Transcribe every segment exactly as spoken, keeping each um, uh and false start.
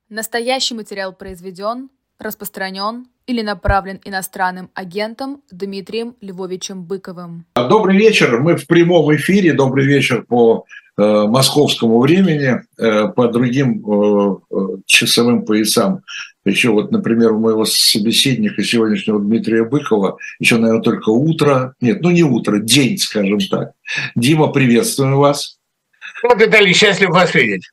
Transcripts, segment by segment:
Настоящий материал произведен, распространен или направлен иностранным агентом Дмитрием Львовичем Быковым. Добрый вечер. Мы в прямом эфире. Добрый вечер по э, московскому времени, э, по другим э, часовым поясам. Еще вот, например, у моего собеседника сегодняшнего Дмитрия Быкова еще, наверное, только утро. Нет, ну не утро, день, скажем так. Дима, приветствую вас. Вот, Виталий, счастлив вас видеть.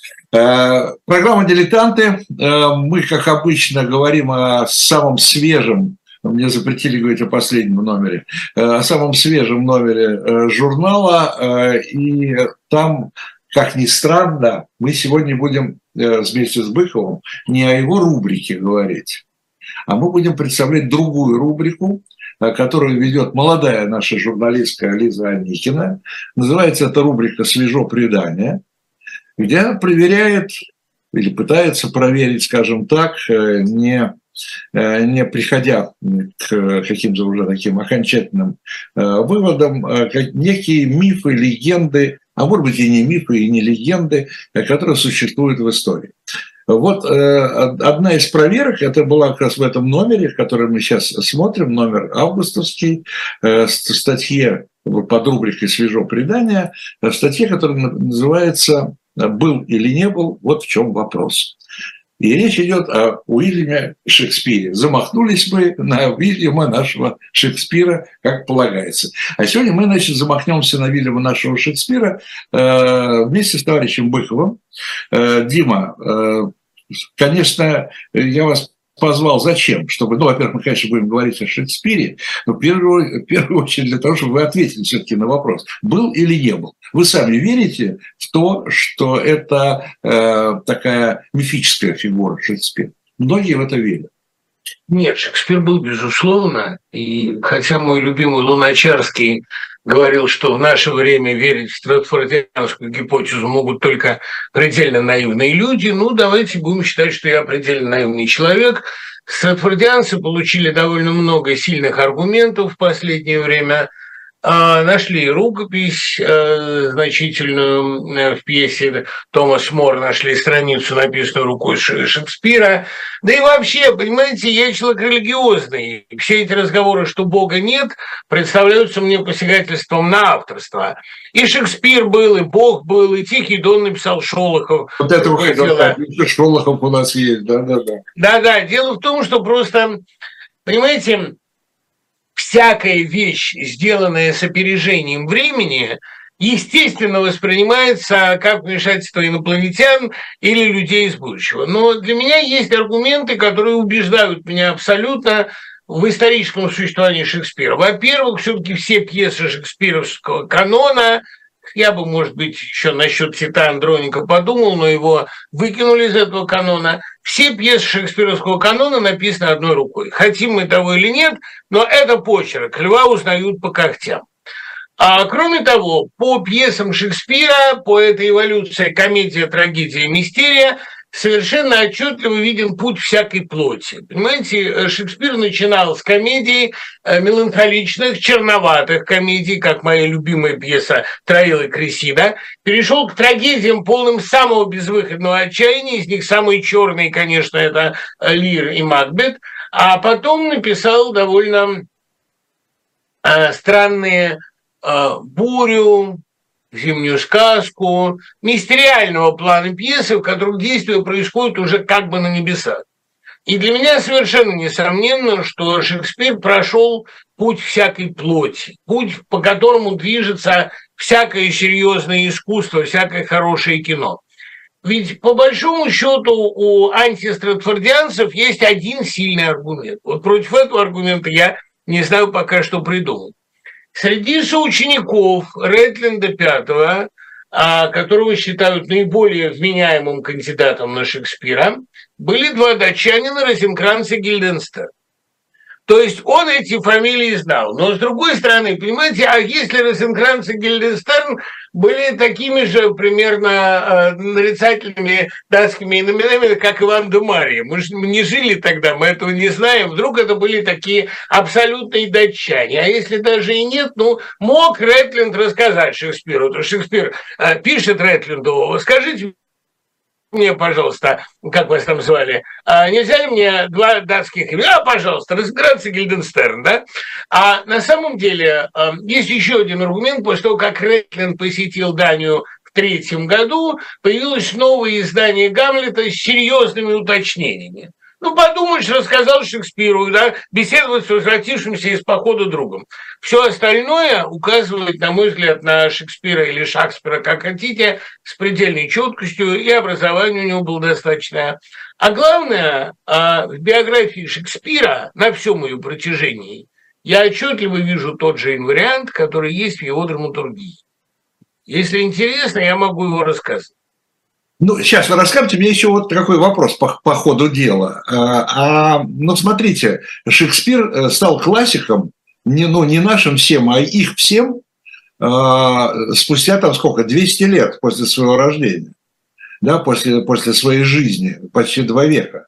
Программа «Дилетанты». Мы, как обычно, говорим о самом свежем, мне запретили говорить о последнем номере, о самом свежем номере журнала. И там, как ни странно, мы сегодня будем вместе с Быковым не о его рубрике говорить, а мы будем представлять другую рубрику, которую ведет молодая наша журналистка Лиза Аникина. Называется эта рубрика «Свежо предание», где она проверяет или пытается проверить, скажем так, не, не приходя к каким-то уже таким окончательным выводам, некие мифы, легенды, а может быть и не мифы, и не легенды, которые существуют в истории. Вот одна из проверок, это была как раз в этом номере, который мы сейчас смотрим, номер августовский, статье под рубрикой «Свежо предание», статья, которая называется «Был или не был, вот в чем вопрос». И речь идет о Уильяме Шекспире. Замахнулись мы на Уильяма нашего Шекспира, как полагается. А сегодня мы, значит, замахнемся на Уильяма нашего Шекспира э, вместе с товарищем Быковым. Э, Дима, э, конечно, я вас позвал зачем? Чтобы, ну, во-первых, мы, конечно, будем говорить о Шекспире, но в первую, в первую очередь для того, чтобы вы ответили все-таки на вопрос, был или не был. Вы сами верите в то, что это э, такая мифическая фигура Шекспира? Многие в это верят. Нет, Шекспир был, безусловно, и хотя мой любимый Луначарский говорил, что в наше время верить в стратфордианскую гипотезу могут только предельно наивные люди, ну, давайте будем считать, что я предельно наивный человек. Стратфордианцы получили довольно много сильных аргументов в последнее время, нашли рукопись э, значительную э, в пьесе Томас Мор, нашли страницу, написанную рукой Шекспира. Да и вообще, понимаете, я человек религиозный. Все эти разговоры, что Бога нет, представляются мне посягательством на авторство. И Шекспир был, и Бог был, и Тихий Дон написал Шолохов. Вот это уже Шолохов у нас есть, да-да-да. Да-да, дело в том, что просто, понимаете, всякая вещь, сделанная с опережением времени, естественно воспринимается как вмешательство инопланетян или людей из будущего. Но для меня есть аргументы, которые убеждают меня абсолютно в историческом существовании Шекспира. Во-первых, все-таки все пьесы шекспировского канона, я бы, может быть, еще насчет Тита Андроника подумал, но его выкинули из этого канона. Все пьесы шекспировского канона написаны одной рукой. Хотим мы того или нет, но это почерк. Льва узнают по когтям. А кроме того, по пьесам Шекспира, по этой эволюции комедия, трагедия, мистерия, совершенно отчетливо виден путь всякой плоти. Понимаете, Шекспир начинал с комедий меланхоличных, черноватых комедий, как моя любимая пьеса «Троил и Кресида», перешел к трагедиям, полным самого безвыходного отчаяния, из них самые черные, конечно, это «Лир» и «Макбет», а потом написал довольно э, странные э, «Бурю», «Зимнюю сказку», мистериального плана пьесы, в которых действие происходит уже как бы на небесах. И для меня совершенно несомненно, что Шекспир прошел путь всякой плоти, путь, по которому движется всякое серьезное искусство, всякое хорошее кино. Ведь по большому счету у антистратфордианцев есть один сильный аргумент. Вот против этого аргумента я не знаю пока, что придумать. Среди соучеников Ретленда Пятого, которого считают наиболее вменяемым кандидатом на Шекспира, были два датчанина Розенкранц и Гильденстерн. То есть он эти фамилии знал. Но с другой стороны, понимаете, а если Розенкранц и Гильденстерн были такими же примерно э, нарицательными датскими именами, как Иван де Мария? Мы же не жили тогда, мы этого не знаем. Вдруг это были такие абсолютные датчане. А если даже и нет, ну, мог Ретленд рассказать Шекспиру. То Шекспир э, пишет Ретленду: скажите мне, пожалуйста, как вас там звали, а нельзя ли мне два датских имени? А, пожалуйста, разбираться Гильденстерн, да? А на самом деле есть еще один аргумент. После того, как Рэтлин посетил Данию в третьем году, появилось новое издание Гамлета с серьезными уточнениями. Ну, подумаешь, рассказал Шекспиру, да, беседовать с возвратившимся из похода другом. Все остальное указывает, на мой взгляд, на Шекспира или Шекспира, как хотите, с предельной четкостью, и образование у него было достаточное. А главное, в биографии Шекспира на всем ее протяжении я отчетливо вижу тот же инвариант, который есть в его драматургии. Если интересно, я могу его рассказать. Ну, сейчас вы расскажете, мне еще вот такой вопрос по, по ходу дела. А, а, ну, смотрите, Шекспир стал классиком, не, ну, не нашим всем, а их всем, а, спустя там сколько, двести лет после своего рождения, да, после, после своей жизни, почти два века.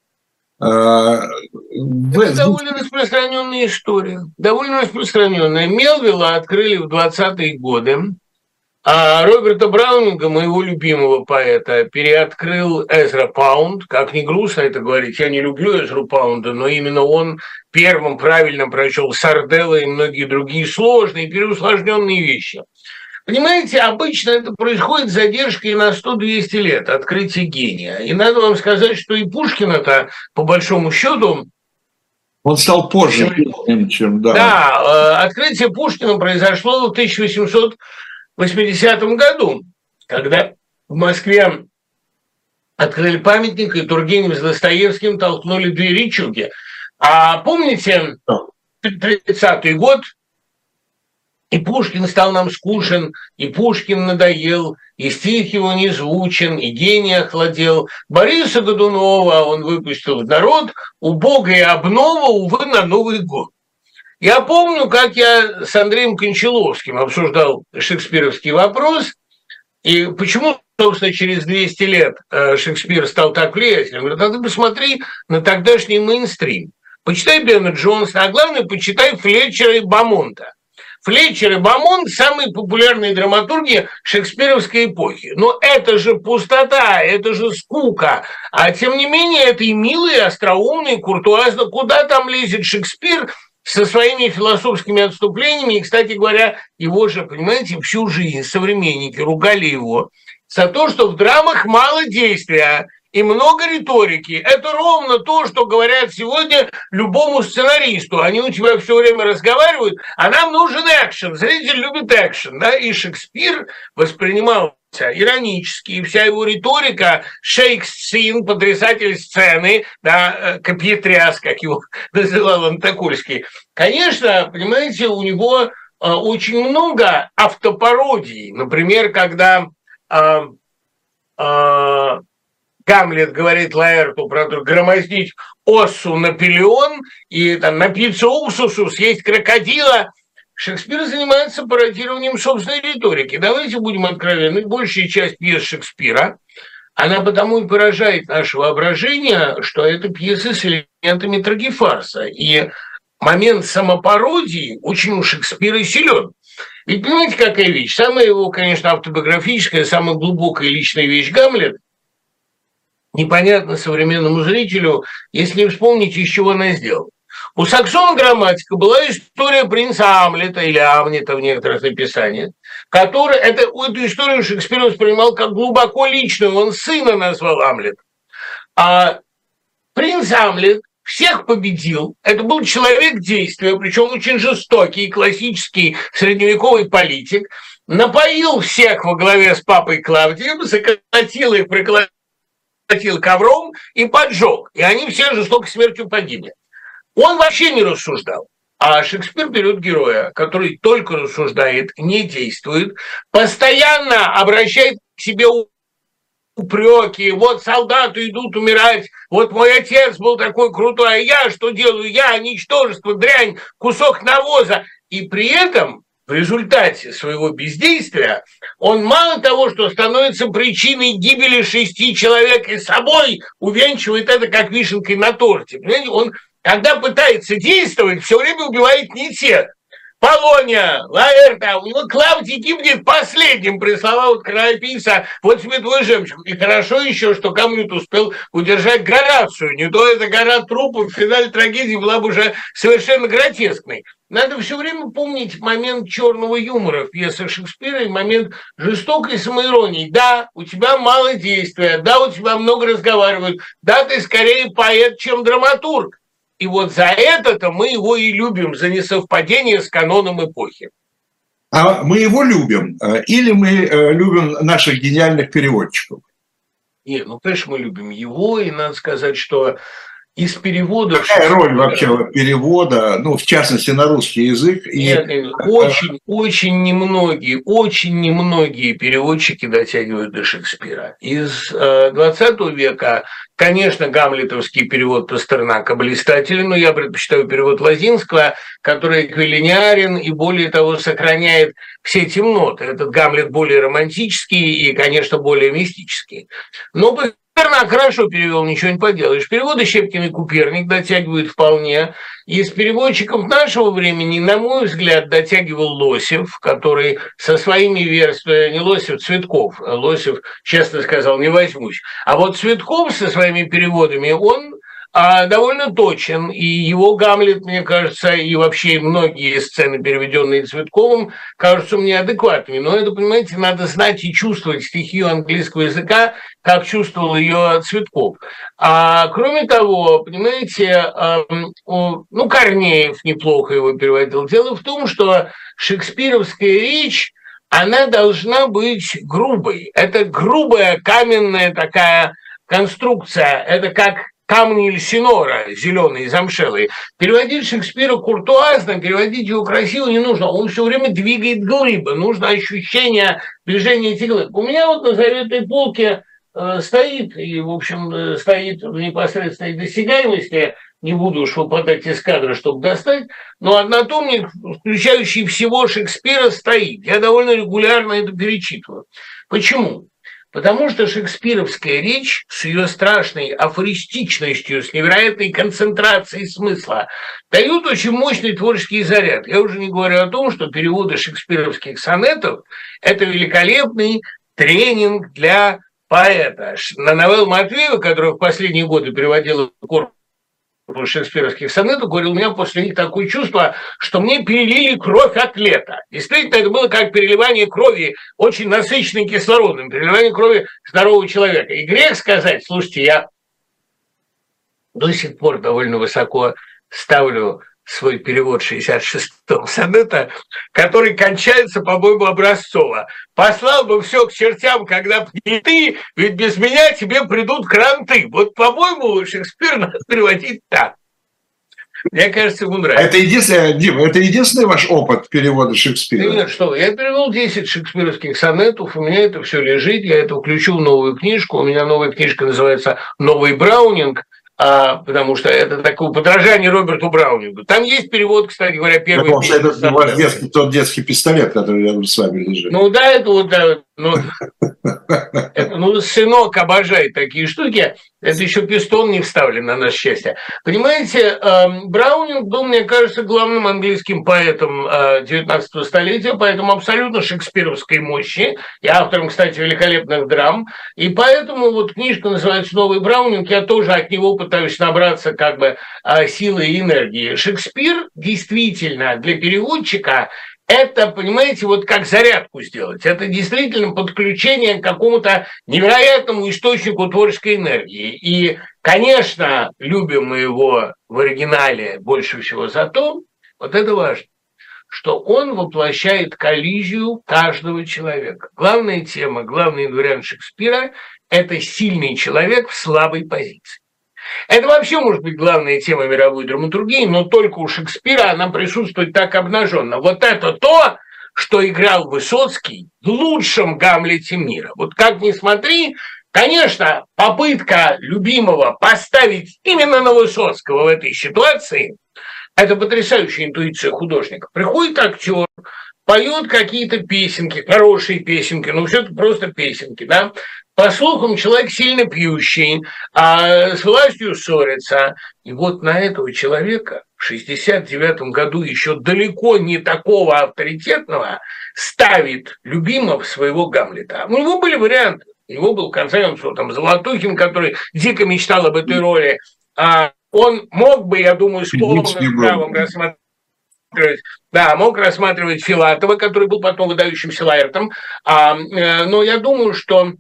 А, Это в... довольно распространенная история, довольно распространенная. Мелвилла открыли в двадцатые годы. А Роберта Браунинга, моего любимого поэта, переоткрыл Эзра Паунд. Как ни грустно это говорить, я не люблю Эзру Паунда, но именно он первым правильно прочел Сарделла и многие другие сложные, переусложненные вещи. Понимаете, обычно это происходит с задержкой на сто-двести лет, открытие гения. И надо вам сказать, что и Пушкина-то, по большому счету, он стал позже, чем, да. Да, открытие Пушкина произошло в тысяча восемьсот восьмидесятом году, когда в Москве открыли памятник, и Тургенев с Достоевским толкнули две речуги. А помните, тридцатый год, и Пушкин стал нам скучен, и Пушкин надоел, и стих его не звучен, и гений охладел. Бориса Годунова он выпустил в народ, убогая обнова, увы, на Новый год. Я помню, как я с Андреем Кончаловским обсуждал шекспировский вопрос, и почему, собственно, через двести лет Шекспир стал так влиятельным. Я говорю, ты посмотри на тогдашний мейнстрим, почитай Бена Джонсона, а главное, почитай Флетчера и Бамонта. Флетчер и Бамонт – самые популярные драматурги шекспировской эпохи. Но это же пустота, это же скука. А тем не менее, это и милый, и остроумный, куртуазно. Куда там лезет Шекспир со своими философскими отступлениями? И, кстати говоря, его же, понимаете, всю жизнь современники ругали его за то, что в драмах мало действия и много риторики. Это ровно то, что говорят сегодня любому сценаристу. Они у тебя все время разговаривают, а нам нужен экшен. Зритель любит экшен. Да? И Шекспир воспринимался иронически, и вся его риторика, шейк-сцен, потрясатель сцены, да, копьетряс, как его называл Антокольский. Конечно, понимаете, у него а, очень много автопародий. Например, когда а, а, Гамлет говорит Лаэрту про то, громоздить оссу Наполеон и там, напиться уксусу, съесть крокодила. Шекспир занимается пародированием собственной риторики. Давайте будем откровенны. Большая часть пьес Шекспира, она потому и поражает наше воображение, что это пьесы с элементами трагефарса. И момент самопародии очень у Шекспира силен. Ведь понимаете, какая вещь? Самая его, конечно, автобиографическая, самая глубокая личная вещь Гамлет непонятно современному зрителю, если не вспомните, из чего она сделана. У Саксона грамматика была история принца Амлета или Амнета в некоторых написаниях, который это, эту историю Шекспир воспринимал как глубоко личную, он сына назвал Амлет. А принц Амлет всех победил, это был человек действия, причем очень жестокий, классический средневековый политик, напоил всех во главе с папой Клавдием, заколотил их, приколотил ковром и поджег, и они все жестокой смертью погибли. Он вообще не рассуждал. А Шекспир берет героя, который только рассуждает, не действует, постоянно обращает к себе упреки. Вот солдаты идут умирать, вот мой отец был такой крутой, а я что делаю? Я ничтожество, дрянь, кусок навоза. И при этом в результате своего бездействия он мало того, что становится причиной гибели шести человек и собой увенчивает это как вишенкой на торте. Понимаете, он, когда пытается действовать, все время убивает не тех. Полония, Лаэрта, у него Клавдий гибнет последним, пресловал кровопийца, вот тебе твой жемчуг. И хорошо еще, что Гамлет успел удержать Горацию, не то эта гора трупов в финале трагедии была бы уже совершенно гротескной. Надо все время помнить момент черного юмора в пьесах Шекспира и момент жестокой самоиронии. Да, у тебя мало действия, да, у тебя много разговаривают, да, ты скорее поэт, чем драматург. И вот за это-то мы его и любим, за несовпадение с каноном эпохи. А мы его любим? Или мы любим наших гениальных переводчиков? Нет, ну, конечно, мы любим его, и надо сказать, что из перевода... Какая роль вообще перевода, ну, в частности, на русский язык? Нет, и... очень, очень немногие, очень немногие переводчики дотягивают до Шекспира. Из двадцатого века, конечно, гамлетовский перевод Пастернака блистателен, но я предпочитаю перевод Лозинского, который эквилинеарен и, более того, сохраняет все темноты. Этот Гамлет более романтический и, конечно, более мистический. Но Пастернак хорошо перевел, ничего не поделаешь. Переводы Щепкин и Куперник дотягивают вполне. Из переводчиков нашего времени, на мой взгляд, дотягивал Лосев, который со своими версиями, не Лосев, Цветков, Лосев честно сказал, не возьмусь. А вот Цветков со своими переводами, он а, довольно точен, и его Гамлет, мне кажется, и вообще многие сцены, переведенные Цветковым, кажутся мне адекватными. Но это, понимаете, надо знать и чувствовать стихию английского языка, как чувствовал ее Цветков. А кроме того, понимаете, ну, Корнеев неплохо его переводил. Дело в том, что шекспировская речь, она должна быть грубой. Это грубая каменная такая конструкция. Это как камни Эльсинора, зеленые, замшелые. Переводить Шекспира куртуазно, переводить его красиво не нужно. Он все время двигает глыбы. Нужно ощущение движения этих глыб. У меня вот на заветной полке стоит, и, в общем, стоит в непосредственной досягаемости, не буду уж выпадать из кадра, чтобы достать, но однотомник, включающий всего Шекспира, стоит. Я довольно регулярно это перечитываю. Почему? Потому что шекспировская речь с ее страшной афористичностью, с невероятной концентрацией смысла дают очень мощный творческий заряд. Я уже не говорю о том, что переводы шекспировских сонетов – это великолепный тренинг для поэта. На новеллу Матвеева, которую в последние годы переводила корпус шекспировских сонетов, говорил, у меня после них такое чувство, что мне перелили кровь атлета. Действительно, это было как переливание крови, очень насыщенной кислородом, переливание крови здорового человека. И грех сказать, слушайте, я до сих пор довольно высоко ставлю свой перевод шестьдесят шестого сонета, который кончается, по-моему, образцово. Послал бы все к чертям, когда б не ты, ведь без меня тебе придут кранты. Вот, по-моему, Шекспир надо переводить так. Мне кажется, ему нравится. Это единственный, Дима, это единственный ваш опыт перевода Шекспира? Да нет, что я перевел десять шекспировских сонетов, у меня это все лежит, я это включу в новую книжку. У меня новая книжка называется «Новый Браунинг», А, потому что это такое подражание Роберту Браунингу. Там есть перевод, кстати говоря, первый. Потому что это ваш детский, тот детский пистолет, который рядом с вами лежит. Ну да, это вот, да, ну, это, ну, сынок обожает такие штуки. Это еще пистон не вставлен, на наше счастье. Понимаете, Браунинг был, мне кажется, главным английским поэтом девятнадцатого столетия, поэтому абсолютно шекспировской мощи, и автором, кстати, великолепных драм. И поэтому вот книжка называется «Новый Браунинг», я тоже от него пытаюсь набраться как бы силы и энергии. Шекспир действительно для переводчика это, понимаете, вот как зарядку сделать. Это действительно подключение к какому-то невероятному источнику творческой энергии. И, конечно, любим мы его в оригинале больше всего за то, вот это важно, что он воплощает коллизию каждого человека. Главная тема, главный вариант Шекспира – это сильный человек в слабой позиции. Это вообще может быть главная тема мировой драматургии, но только у Шекспира она присутствует так обнаженно. Вот это то, что играл Высоцкий в лучшем Гамлете мира. Вот как ни смотри, конечно, попытка любимого поставить именно на Высоцкого в этой ситуации – это потрясающая интуиция художника. Приходит актер, поет какие-то песенки, хорошие песенки, но все это просто песенки, да, По слухам, человек сильно пьющий, а с властью ссорится. И вот на этого человека в шестьдесят девятом году еще далеко не такого авторитетного ставит Любимов своего Гамлета. У него были варианты. У него был, в конце концов, там, Золотухин, который дико мечтал об этой роли. А он мог бы, я думаю, с полным правом рассматривать. Да, мог рассматривать Филатова, который был потом выдающимся лаэртом. А, но я думаю, что,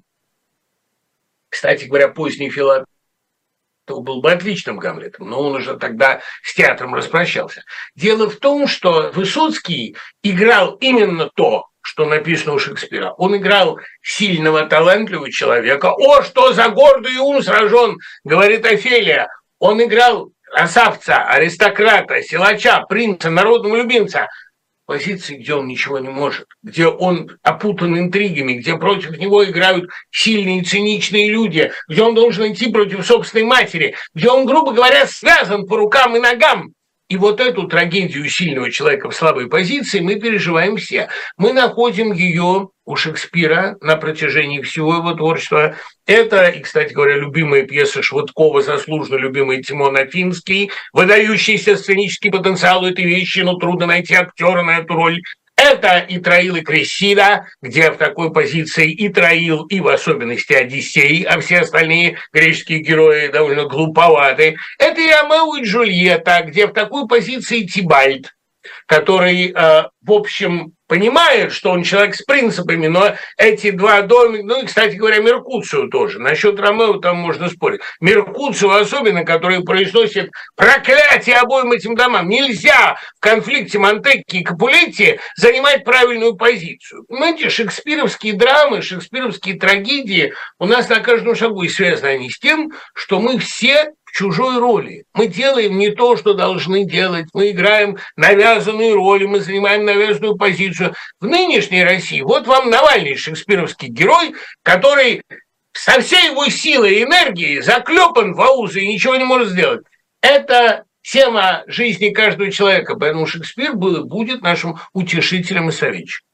кстати говоря, поздний Филатов был бы отличным Гамлетом, но он уже тогда с театром распрощался. Дело в том, что Высоцкий играл именно то, что написано у Шекспира. Он играл сильного, талантливого человека. «О, что за гордый ум сражен!» — говорит Офелия. Он играл красавца, аристократа, силача, принца, народного любимца. Позиции, где он ничего не может, где он опутан интригами, где против него играют сильные, циничные люди, где он должен идти против собственной матери, где он, грубо говоря, связан по рукам и ногам. И вот эту трагедию сильного человека в слабой позиции мы переживаем все. Мы находим ее у Шекспира на протяжении всего его творчества. Это, и, кстати говоря, любимая пьеса Швыдкова, заслуженно любимый Тимон Афинский, выдающийся сценический потенциал этой вещи, но трудно найти актера на эту роль. Это и Троил, и Крессида, где в такой позиции и Троил, и в особенности Одиссей, а все остальные греческие герои довольно глуповаты. Это и Ромео и Джульетта, где в такой позиции Тибальт, который, э, в общем, понимает, что он человек с принципами, но эти два домика, ну и, кстати говоря, Меркуцио тоже. Насчет Ромео там можно спорить. Меркуцио особенно, который произносит проклятие обоим этим домам. Нельзя в конфликте Монтекки и Капулетти занимать правильную позицию. Понимаете, шекспировские драмы, шекспировские трагедии у нас на каждом шагу, и связаны они с тем, что мы все в чужой роли. Мы делаем не то, что должны делать. Мы играем навязанные роли, мы занимаем навязанную позицию. В нынешней России вот вам Навальный, шекспировский герой, который со всей его силой и энергией заклепан в аузы и ничего не может сделать. Это тема жизни каждого человека, поэтому Шекспир был и будет нашим утешителем и советчиком.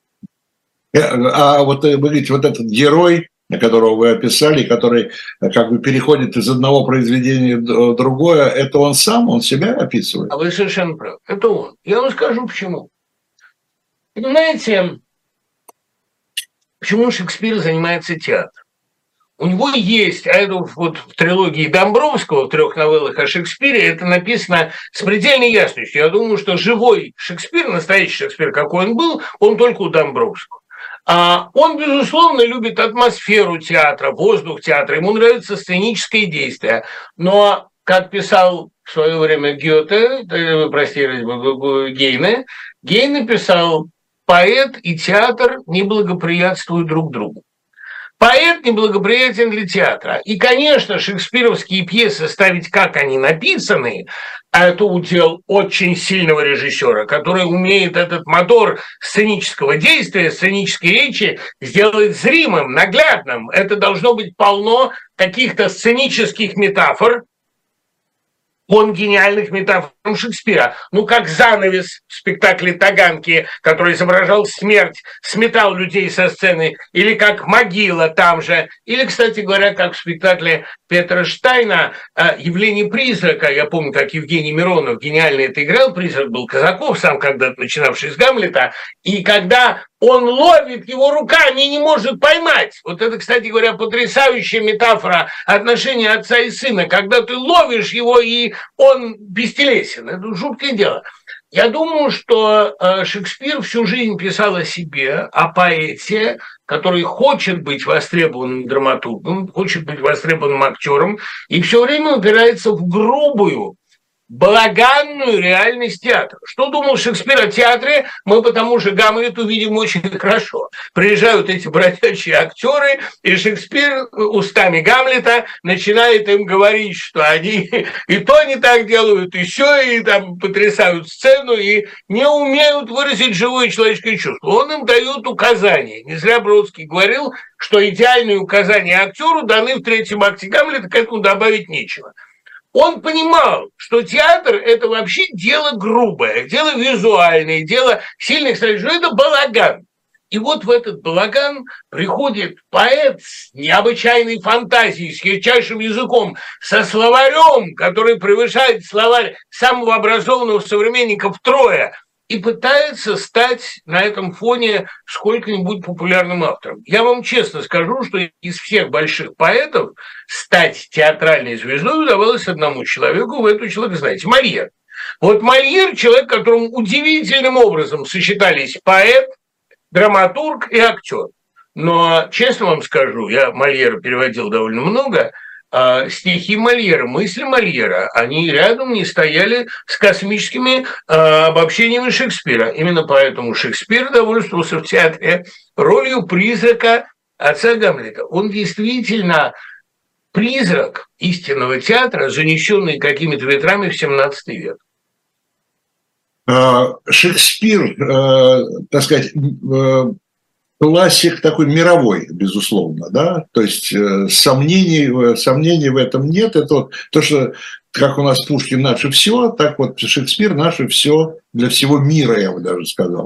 А вот вы говорите, вот этот герой, которого вы описали, который как бы переходит из одного произведения в другое, это он сам, он себя описывает? А вы совершенно правы, это он. Я вам скажу, почему. Понимаете, почему Шекспир занимается театром? У него есть, а это вот в трилогии Домбровского, в трех новеллах о Шекспире, это написано с предельной ясностью. Я думаю, что живой Шекспир, настоящий Шекспир, какой он был, он только у Домбровского. А он, безусловно, любит атмосферу театра, воздух театра, ему нравится сценическое действие. Но, как писал в свое время Гёте, простите, Гейне, Гейне писал: поэт и театр не благоприятствуют друг другу. Поэт неблагоприятен для театра. И, конечно, шекспировские пьесы ставить, как они написаны, а это удел очень сильного режиссера, который умеет этот мотор сценического действия, сценической речи сделать зримым, наглядным. Это должно быть полно каких-то сценических метафор, он гениальных метафор Шекспира. Ну, как занавес в спектакле «Таганки», который изображал смерть, сметал людей со сцены, или как могила там же, или, кстати говоря, как в спектакле Петра Штайна «Явление призрака». Я помню, как Евгений Миронов гениально это играл. Призрак был Казаков, сам когда-то начинавший с Гамлета. И когда он ловит его руками и не может поймать. Вот это, кстати говоря, потрясающая метафора отношения отца и сына. Когда ты ловишь его, и он бестелесен. Это жуткое дело. Я думаю, что Шекспир всю жизнь писал о себе, о поэте, который хочет быть востребованным драматургом, хочет быть востребованным актером, и все время упирается в грубую, балаганную реальность театра. Что думал Шекспир о театре, мы по тому же Гамлету видим очень хорошо. Приезжают эти бродячие актеры, и Шекспир устами Гамлета начинает им говорить, что они и то не так делают, и все, и там потрясают сцену, и не умеют выразить живое человеческое чувство. Он им дает указания. Не зря Бродский говорил, что идеальные указания актеру даны в третьем акте Гамлета, к этому добавить нечего. Он понимал, что театр – это вообще дело грубое, дело визуальное, дело сильных стратегий, это балаган. И вот в этот балаган приходит поэт с необычайной фантазией, с ярчайшим языком, со словарем, который превышает словарь самого образованного современника втрое, и пытается стать на этом фоне сколько-нибудь популярным автором. Я вам честно скажу, что из всех больших поэтов стать театральной звездой удавалось одному человеку, вы этого человека знаете, Мольер. Вот Мольер – человек, которому удивительным образом сочетались поэт, драматург и актер. Но, честно вам скажу, я Мольера переводил довольно много, а стихи Мольера, мысли Мольера, они рядом не стояли с космическими а, обобщениями Шекспира. Именно поэтому Шекспир довольствовался в театре ролью призрака отца Гамлета. Он действительно призрак истинного театра, занесенный какими-то ветрами в семнадцатый век. Шекспир, так сказать, классик такой мировой, безусловно, да, то есть сомнений, сомнений в этом нет. Это вот то, что как у нас Пушкин наше все, так вот Шекспир наше все для всего мира, я бы даже сказал,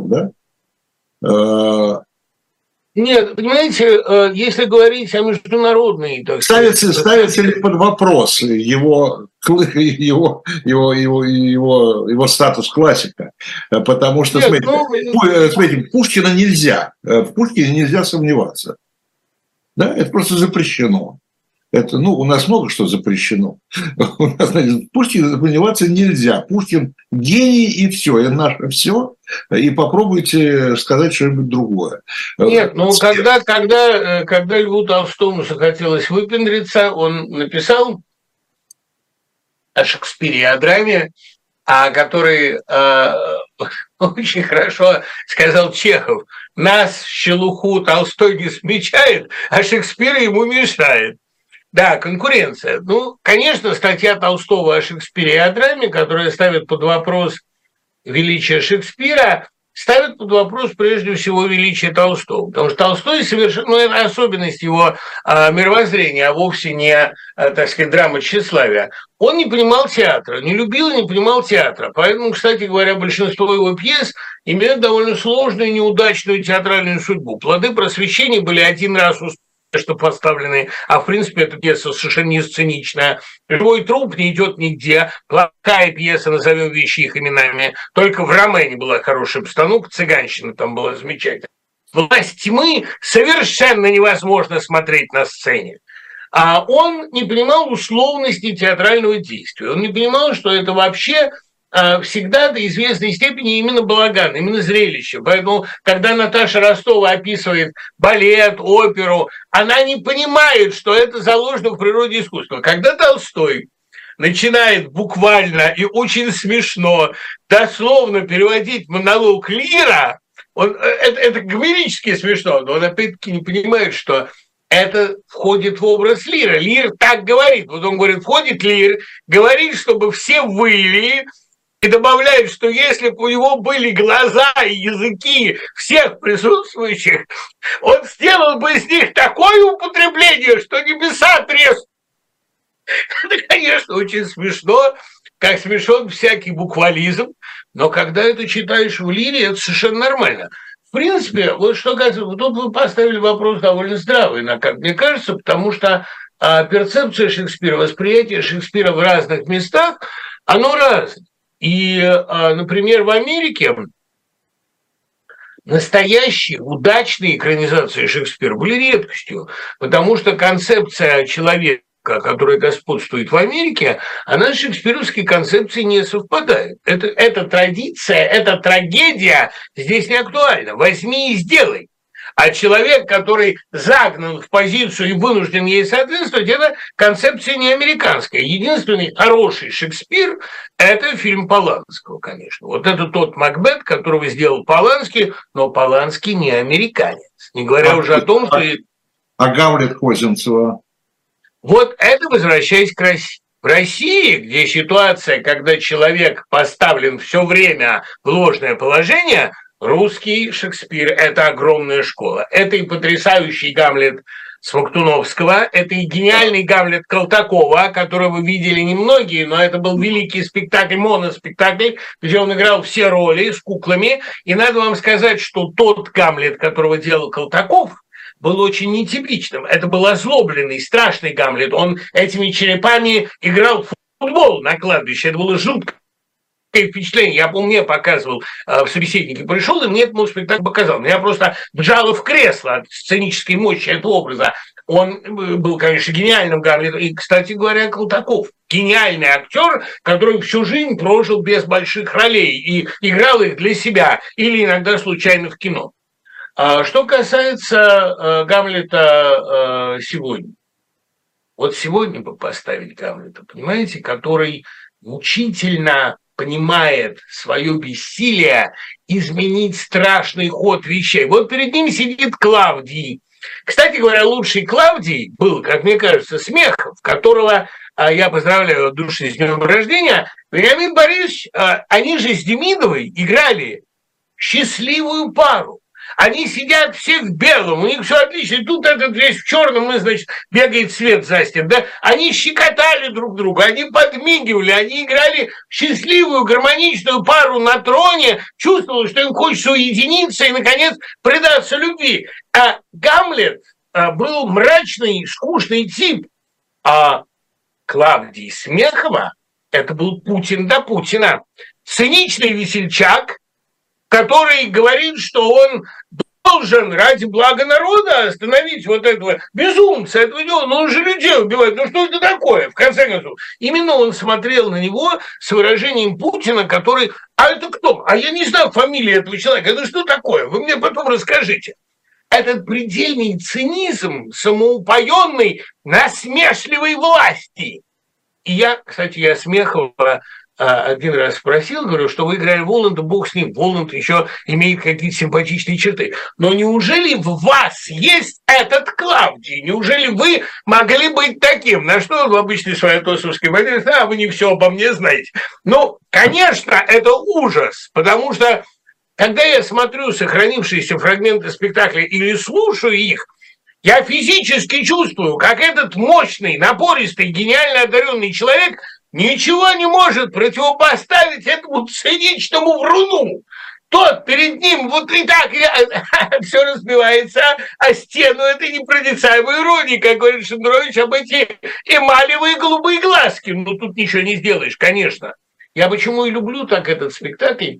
да. Нет, понимаете, если говорить о международной... Так ставится, сказать, ставится ли под вопрос его, его, его, его, его, его статус классика? Потому что, нет, смотрите, ну, смотрите, Пушкина нельзя, в Пушкине нельзя сомневаться. Да? Это просто запрещено. Это, ну, у нас много что запрещено. У нас, значит, Пушкина сомневаться нельзя. Пушкин гений и все, это наше все. И попробуйте сказать что-нибудь другое. Нет, ну когда, когда, когда Льву Толстому захотелось выпендриться, он написал о Шекспире и о драме, о которой э, очень хорошо сказал Чехов. Нас, щелуху, Толстой не смечает, а Шекспир ему мешает. Да, конкуренция. Ну, конечно, статья Толстого о Шекспире и о драме, которая ставит под вопрос величие Шекспира, ставит под вопрос прежде всего величие Толстого. Потому что Толстой совершенно, ну, это особенность его а, мировоззрения, а вовсе не, а, так сказать, драма тщеславия. Он не понимал театра, не любил и не понимал театра. Поэтому, кстати говоря, большинство его пьес имеют довольно сложную и неудачную театральную судьбу. «Плоды просвещения» были один раз успешны, что поставлены, а в принципе эта пьеса совершенно не сценичная. «Живой труп» не идет нигде, плохая пьеса, назовем вещи их именами. Только в «Ромене» была хорошая постановка, «Цыганщина» там была замечательная. «Власть тьмы» совершенно невозможно смотреть на сцене. А он не понимал условности театрального действия. Он не понимал, что это вообще всегда до известной степени именно балаган, именно зрелище. Поэтому, когда Наташа Ростова описывает балет, оперу, она не понимает, что это заложено в природе искусства. Когда Толстой начинает буквально и очень смешно, дословно переводить монолог Лира, он, это, это гомерически смешно, но он опять-таки не понимает, что это входит в образ Лира. Лир так говорит. Вот он говорит, входит Лир, говорит, чтобы все выли, и добавляет, что если бы у него были глаза и языки всех присутствующих, он сделал бы из них такое употребление, что небеса треснут. Это, конечно, очень смешно, как смешон всякий буквализм, но когда это читаешь в Лире, это совершенно нормально. В принципе, вот что касается, вот тут вы поставили вопрос довольно здравый, как мне кажется, потому что а, перцепция Шекспира, восприятие Шекспира в разных местах, оно разное. И, например, в Америке настоящие удачные экранизации Шекспира были редкостью, потому что концепция человека, которая господствует в Америке, она с шекспировской концепцией не совпадает. Это, эта традиция, эта трагедия здесь не актуальна. Возьми и сделай. А человек, который загнан в позицию и вынужден ей соответствовать, это концепция не американская. Единственный хороший Шекспир – это фильм Поланского, конечно. Вот это тот Макбет, которого сделал Поланский, но Поланский не американец. Не говоря а, уже о том, что… А Гамлет Козинцева? Вот это возвращаясь к России. В России, где ситуация, когда человек поставлен все время в ложное положение – русский Шекспир – это огромная школа. Это и потрясающий Гамлет Смоктуновского, это и гениальный Гамлет Калтакова, которого видели немногие, но это был великий спектакль, моноспектакль, где он играл все роли с куклами. И надо вам сказать, что тот Гамлет, которого делал Калтаков, был очень нетипичным. Это был озлобленный, страшный Гамлет. Он этими черепами играл в футбол на кладбище. Это было жутко. Впечатление. Я помню, мне показывал э, в собеседнике, пришел, и мне этот спектакль показал. Меня просто вжало в кресло от сценической мощи этого образа. Он был, конечно, гениальным Гамлетом. И, кстати говоря, Калтаков гениальный актер, который всю жизнь прожил без больших ролей и играл их для себя или иногда случайно в кино. А что касается э, Гамлета э, сегодня. Вот сегодня бы поставить Гамлета, понимаете, который мучительно понимает свое бессилие изменить страшный ход вещей. Вот перед ним сидит Клавдий. Кстати говоря, лучший Клавдий был, как мне кажется, Смехов, которого а, я поздравляю от души с днем рождения. Вениамин Борисович, а, они же с Демидовой играли счастливую пару. Они сидят все в белом, у них все отлично. И тут этот весь в черном, и, значит, бегает свет за стен. Да? Они щекотали друг друга, они подмигивали, они играли счастливую, гармоничную пару на троне, чувствовали, что им хочется уединиться и, наконец, предаться любви. А Гамлет а, был мрачный, скучный тип, а Клавдий Смехова – это был Путин до Путина. Циничный весельчак, который говорит, что он должен ради блага народа остановить вот этого безумца, этого дела. Но он же людей убивает. Ну что это такое, в конце концов? Именно он смотрел на него с выражением Путина, который... А это кто? А я не знаю фамилии этого человека. Это что такое? Вы мне потом расскажите. Этот предельный цинизм самоупоенной, насмешливой власти. И я, кстати, я Смехова один раз спросил, говорю, что вы играли Воланда, бог с ним. Воланд еще имеет какие-то симпатичные черты. Но неужели в вас есть этот Клавдий? Неужели вы могли быть таким? На что он в обычной своей тосовской манере, а вы не все обо мне знаете. Ну, конечно, это ужас, потому что когда я смотрю сохранившиеся фрагменты спектакля или слушаю их, я физически чувствую, как этот мощный, напористый, гениально одаренный человек ничего не может противопоставить этому циничному вруну. Тот перед ним вот и так все разбивается о стену этой непроницаемой иронии, как говорит Шендерович, об эти эмалевые голубые глазки. Ну, тут ничего не сделаешь, конечно. Я почему и люблю так этот спектакль.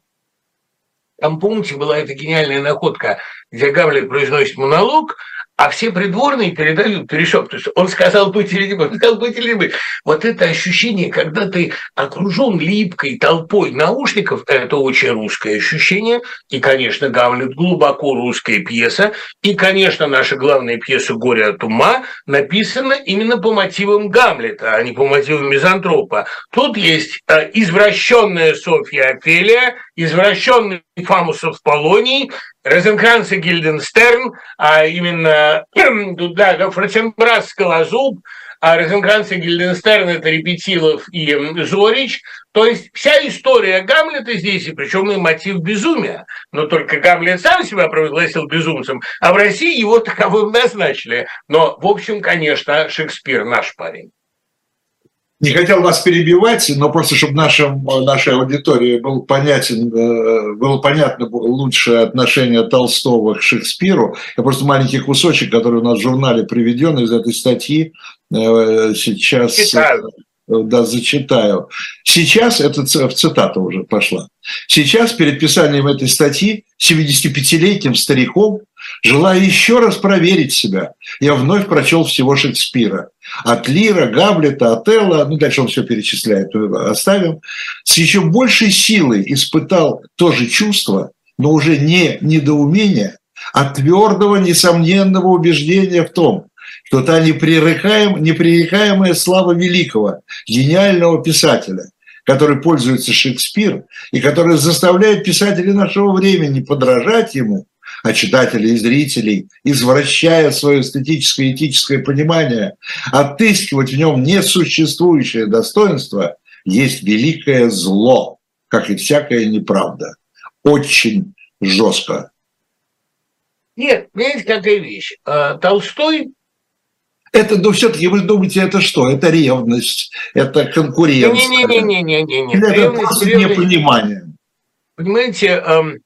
Там, помните, была эта гениальная находка, где Гамлет произносит монолог, а все придворные передают, перешептываются. Он сказал быть или не быть, он сказал быть или не быть. Вот это ощущение, когда ты окружен липкой толпой наушников, это очень русское ощущение. И, конечно, Гамлет глубоко русская пьеса. И, конечно, наша главная пьеса «Горе от ума» написана именно по мотивам Гамлета, а не по мотивам мизантропа. Тут есть извращенная Софья Офелия, извращенный Фамусов Полоний, Розенкранц и Гильденстерн, а именно да, Фортенбрас, Скалозуб, а Розенкранц и Гильденстерн – это Репетилов и Зорич. То есть вся история Гамлета здесь, и причем и мотив безумия. Но только Гамлет сам себя провозгласил безумцем, а в России его таковым назначили. Но, в общем, конечно, Шекспир наш парень. Не хотел вас перебивать, но просто чтобы нашим, нашей аудитории был понятен, было понятно лучше отношение Толстого к Шекспиру. Я просто маленький кусочек, который у нас в журнале приведен из этой статьи, сейчас Читаю. Да, зачитаю. Сейчас, это в цитата уже пошла, сейчас перед писанием этой статьи семидесятипятилетним стариком, желая еще раз проверить себя, я вновь прочел всего Шекспира. От Лира, Гамлета, Отелло, ну дальше он все перечисляет, оставим. С еще большей силой испытал то же чувство, но уже не недоумение, а твердого, несомненного убеждения в том, что та непререкаем, непререкаемая слава великого, гениального писателя, который пользуется Шекспир и который заставляет писателей нашего времени подражать ему, а читателей и зрителей, извращая свое эстетическое и этическое понимание, отыскивать в нем несуществующее достоинство, есть великое зло, как и всякая неправда. Очень жестко. Нет, понимаете, какая вещь. Толстой это, ну, все-таки вы думаете, это что? Это ревность, это конкуренция. Не-не-не-не-не-не. Или это просто непонимание? Понимаете, эм,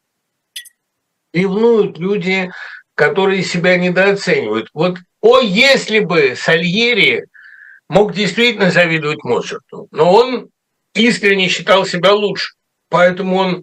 ревнуют люди, которые себя недооценивают. Вот, о, если бы Сальери мог действительно завидовать Моцарту, но он искренне считал себя лучше, поэтому он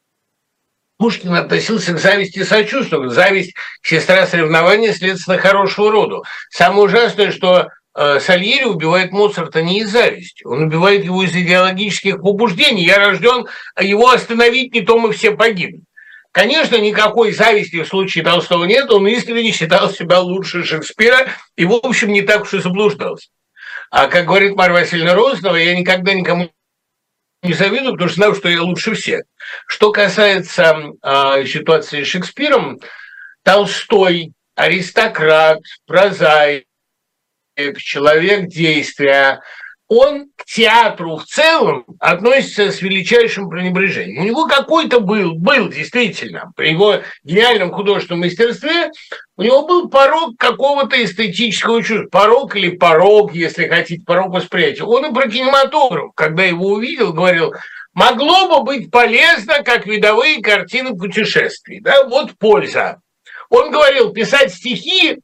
Пушкин относился к зависти и сочувствию. Зависть – сестра соревнования, следственно, хорошего роду. Самое ужасное, что э, Сальери убивает Моцарта не из зависти, он убивает его из идеологических побуждений. Я рожден, его остановить, не то мы все погибнем. Конечно, никакой зависти в случае Толстого нет, он искренне считал себя лучше Шекспира и, в общем, не так уж и заблуждался. А как говорит Марья Васильевна Розанова, я никогда никому не завидую, потому что знаю, что я лучше всех. Что касается э, ситуации с Шекспиром, Толстой – аристократ, прозаик, человек действия. Он к театру в целом относится с величайшим пренебрежением. У него какой-то был, был действительно, при его гениальном художественном мастерстве, у него был порог какого-то эстетического чувства. Порог или порог, если хотите, порог восприятия. Он и про кинематограф, когда его увидел, говорил, могло бы быть полезно, как видовые картины путешествий. Да? Вот польза. Он говорил, писать стихи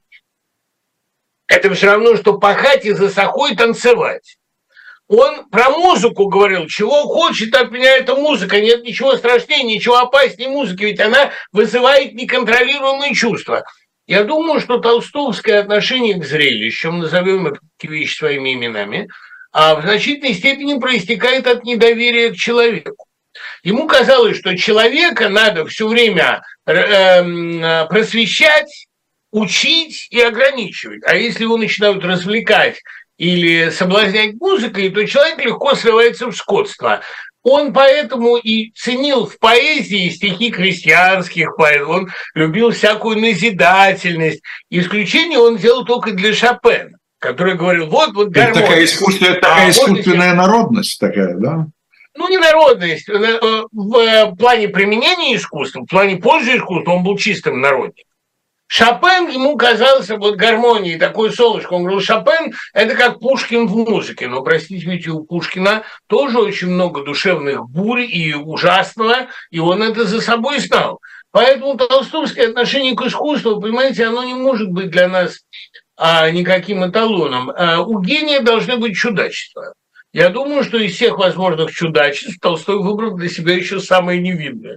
– это все равно, что пахать и за сахой танцевать. Он про музыку говорил, чего хочет от меня эта музыка, нет ничего страшнее, ничего опаснее музыки, ведь она вызывает неконтролируемые чувства. Я думаю, что толстовское отношение к зрелищам, назовем эти вещи своими именами, а в значительной степени проистекает от недоверия к человеку. Ему казалось, что человека надо все время э, просвещать, учить и ограничивать. А если его начинают развлекать или соблазнять музыкой, то человек легко срывается в скотство. Он поэтому и ценил в поэзии стихи крестьянских поэтов, он любил всякую назидательность. Исключение он делал только для Шопена, который говорил, вот, вот гармония. Это такая, искусственная, такая а, искусственная вот народность такая, да? Ну, не народность. В плане применения искусства, в плане пользы искусства он был чистым народником. Шопен ему казался вот гармонией, такой солнышко. Он говорил, Шопен – это как Пушкин в музыке. Но, простите, ведь у Пушкина тоже очень много душевных бурь и ужасного, и он это за собой знал. Поэтому толстовское отношение к искусству, понимаете, оно не может быть для нас а, никаким эталоном. А, у гения должны быть чудачества. Я думаю, что из всех возможных чудачеств Толстой выбрал для себя еще самое невинное.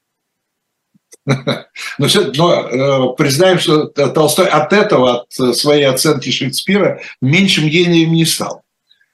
Но, все, но э, признаем, что Толстой от этого, от своей оценки Шекспира, меньшим гением не стал.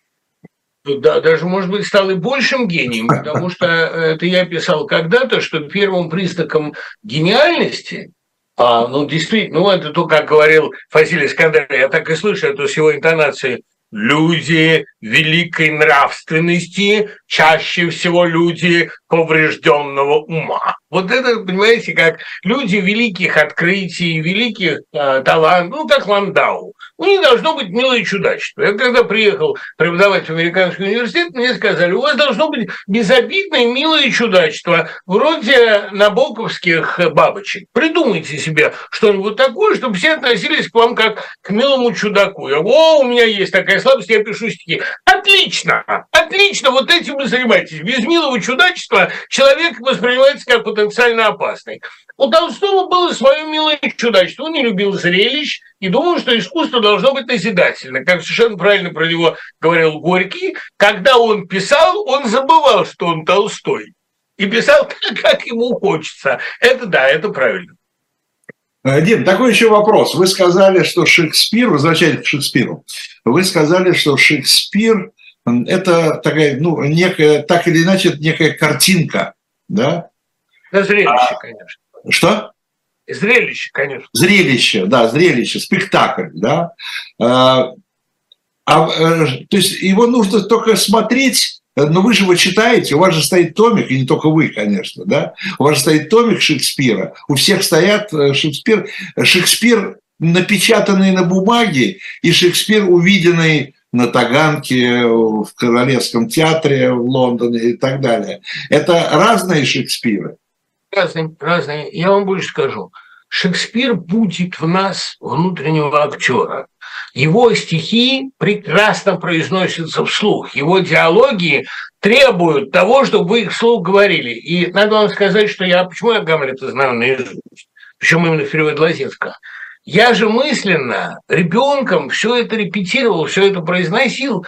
Да, даже, может быть, стал и большим гением, потому что это я писал когда-то, что первым признаком гениальности, а, ну, действительно, ну, это то, как говорил Фазиль Искандар, я так и слышу эту с его интонацией, люди великой нравственности, чаще всего люди поврежденного ума. Вот это, понимаете, как люди великих открытий, великих э, талантов, ну, как Ландау. У них должно быть милое чудачество. Я когда приехал преподавать в американский университет, мне сказали, у вас должно быть безобидное милое чудачество, вроде набоковских бабочек. Придумайте себе что-нибудь такое, чтобы все относились к вам как к милому чудаку. Я говорю, о, у меня есть такая слабость, я пишу стихи. Отлично, отлично, вот этим вы занимаетесь. Без милого чудачества человек воспринимается как потенциально опасный. У Толстого было свое милое чудачество. Он не любил зрелищ и думал, что искусство должно быть назидательно. Как совершенно правильно про него говорил Горький, когда он писал, он забывал, что он Толстой. И писал, как ему хочется. Это да, это правильно. Дим, такой еще вопрос. Вы сказали, что Шекспир, возвращаясь к Шекспиру, вы сказали, что Шекспир – это такая, ну, некая, так или иначе, это некая картинка, да? Да, зрелище, а, конечно. Что? Зрелище, конечно. Зрелище, да, зрелище, спектакль, да. А, а, то есть его нужно только смотреть, но вы же его читаете, у вас же стоит томик, и не только вы, конечно, да, у вас же стоит томик Шекспира, у всех стоят Шекспир, Шекспир, напечатанный на бумаге, и Шекспир, увиденный на Таганке, в Королевском театре в Лондоне и так далее. Это разные Шекспиры? Разные, разные. Я вам больше скажу. Шекспир будит в нас внутреннего актера. Его стихи прекрасно произносятся вслух, его диалоги требуют того, чтобы вы их вслух говорили. И надо вам сказать, что я, почему я Гамлета знаю наизусть, причем именно в переводе Лозинского. Я же мысленно, ребенком все это репетировал, все это произносил.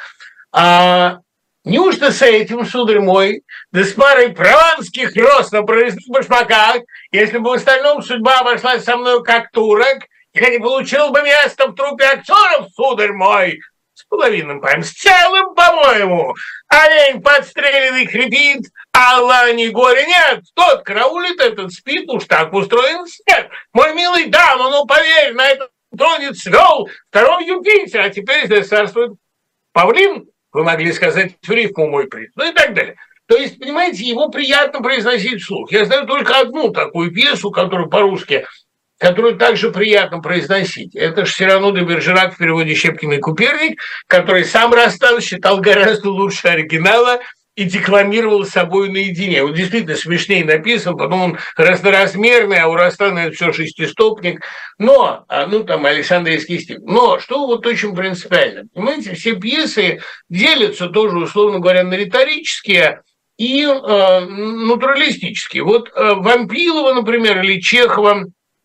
А неужто с этим, сударь мой, да с парой прованских рост на прорезных башмаках, если бы в остальном судьба обошлась со мной как турок, я не получил бы место в труппе актеров, сударь мой, с половинным паем, с целым, по-моему. Олень подстреленный хрипит, а лани горя нет. Тот караулит, этот спит, уж так устроен свет. Мой милый дама, ну поверь, на этом троне цвел второй Юпитер, а теперь здесь царствует павлин, вы могли сказать в рифму мой принц, ну и так далее. То есть, понимаете, его приятно произносить вслух. Я знаю только одну такую пьесу, которую по-русски, которую также приятно произносить. Это же Сирано де Бержерак в переводе Щепкин и Куперник, который сам Растан считал гораздо лучше оригинала и декламировал с собой наедине. Он действительно смешнее написан, потом он разноразмерный, а у Растана это все шестистопник. Но, ну там Александрийский стиль. Но, что вот очень принципиально, понимаете, все пьесы делятся тоже, условно говоря, на риторические и э, натуралистические. Вот э, Вампилова, например, или Чехова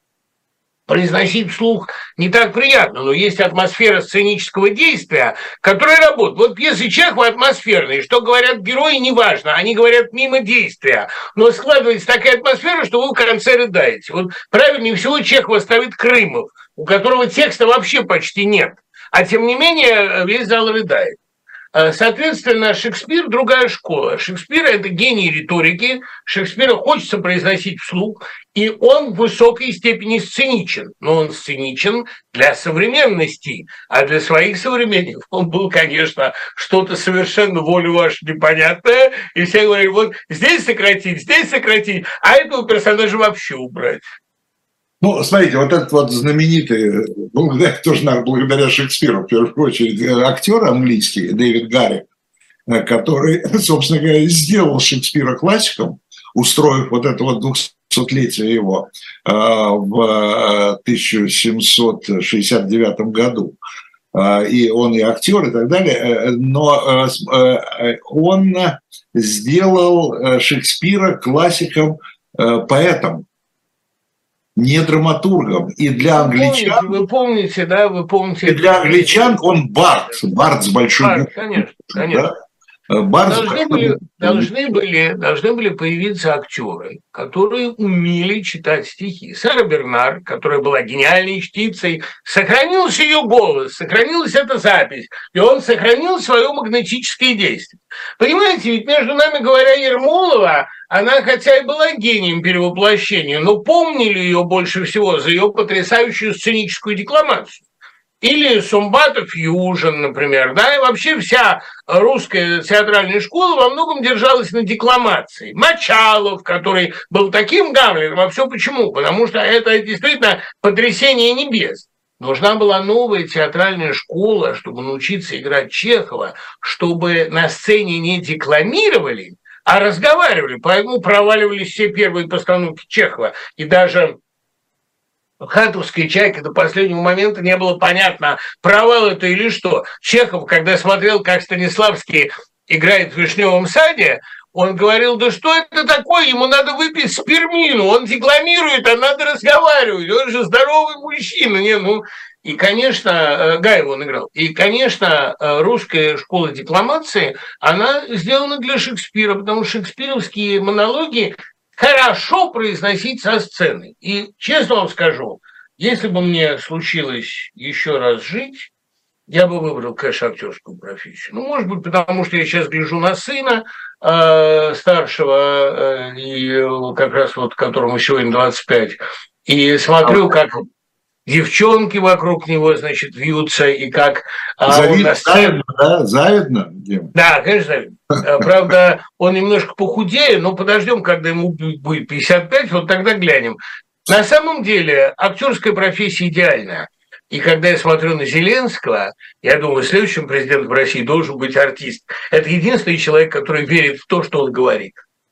произносить вслух не так приятно, но есть атмосфера сценического действия, которая работает. Вот пьесы Чехова атмосферные, что говорят герои, неважно, они говорят мимо действия, но складывается такая атмосфера, что вы в конце рыдаете. Вот правильнее всего Чехова ставит Крымов, у которого текста вообще почти нет, а тем не менее весь зал рыдает. Соответственно, Шекспир – другая школа. Шекспир – это гений риторики, Шекспира хочется произносить вслух, и он в высокой степени сценичен. Но он сценичен для современности, а для своих современников он был, конечно, что-то совершенно волю вашу непонятное, и все говорили, вот здесь сократить, здесь сократить, а этого персонажа вообще убрать. Ну, смотрите, вот этот вот знаменитый, благодаря, тоже, наверное, благодаря Шекспиру, в первую очередь, актер английский Дэвид Гарри, который, собственно говоря, сделал Шекспира классиком, устроив вот это вот двухсотлетие его в тысяча семьсот шестьдесят девятом году. И он и актер, и так далее, но он сделал Шекспира классиком, поэтом, не драматургом. И для англичан... Вы помните, да, вы помните... И для англичан он бард, бард с большой... Бард, конечно, конечно. Да? Бард должны, были, должны, были, должны были появиться актеры, которые умели читать стихи. Сара Бернар, которая была гениальной чтицей, сохранился ее голос, сохранилась эта запись, и он сохранил свое магнетическое действие. Понимаете, ведь между нами говоря, Ермолова, она хотя и была гением перевоплощения, но помнили ее больше всего за ее потрясающую сценическую декламацию. Или Сумбатов Южин, например, да, и вообще вся русская театральная школа во многом держалась на декламации. Мочалов, который был таким Гамлетом, а все почему? Потому что это действительно потрясение небес. Нужна была новая театральная школа, чтобы научиться играть Чехова, чтобы на сцене не декламировали, а разговаривали. Поэтому проваливались все первые постановки Чехова. И даже в «Хатовской чайке» до последнего момента не было понятно, провал это или что. Чехов, когда смотрел, как Станиславский играет в «Вишневом саде», он говорил, да что это такое, ему надо выпить спермину, он декламирует, а надо разговаривать, он же здоровый мужчина. Не, ну... И, конечно, Гаев он играл, и, конечно, русская школа декламации, она сделана для Шекспира, потому что шекспировские монологи хорошо произносить со сцены. И, честно вам скажу, если бы мне случилось еще раз жить, я бы выбрал, конечно, актерскую профессию. Ну, может быть, потому что я сейчас гляжу на сына э, старшего, э, и как раз вот которому сегодня двадцать пять, и смотрю, как девчонки вокруг него, значит, вьются, и как... Завидно, он завидно, да? Завидно? Да, конечно, завидно. Правда, он немножко похудее, но подождем, когда ему будет пятьдесят пять, вот тогда глянем. На самом деле, актерская профессия идеальная. И когда я смотрю на Зеленского, я думаю, следующим президентом России должен быть артист. Это единственный человек, который верит в то, что он говорит.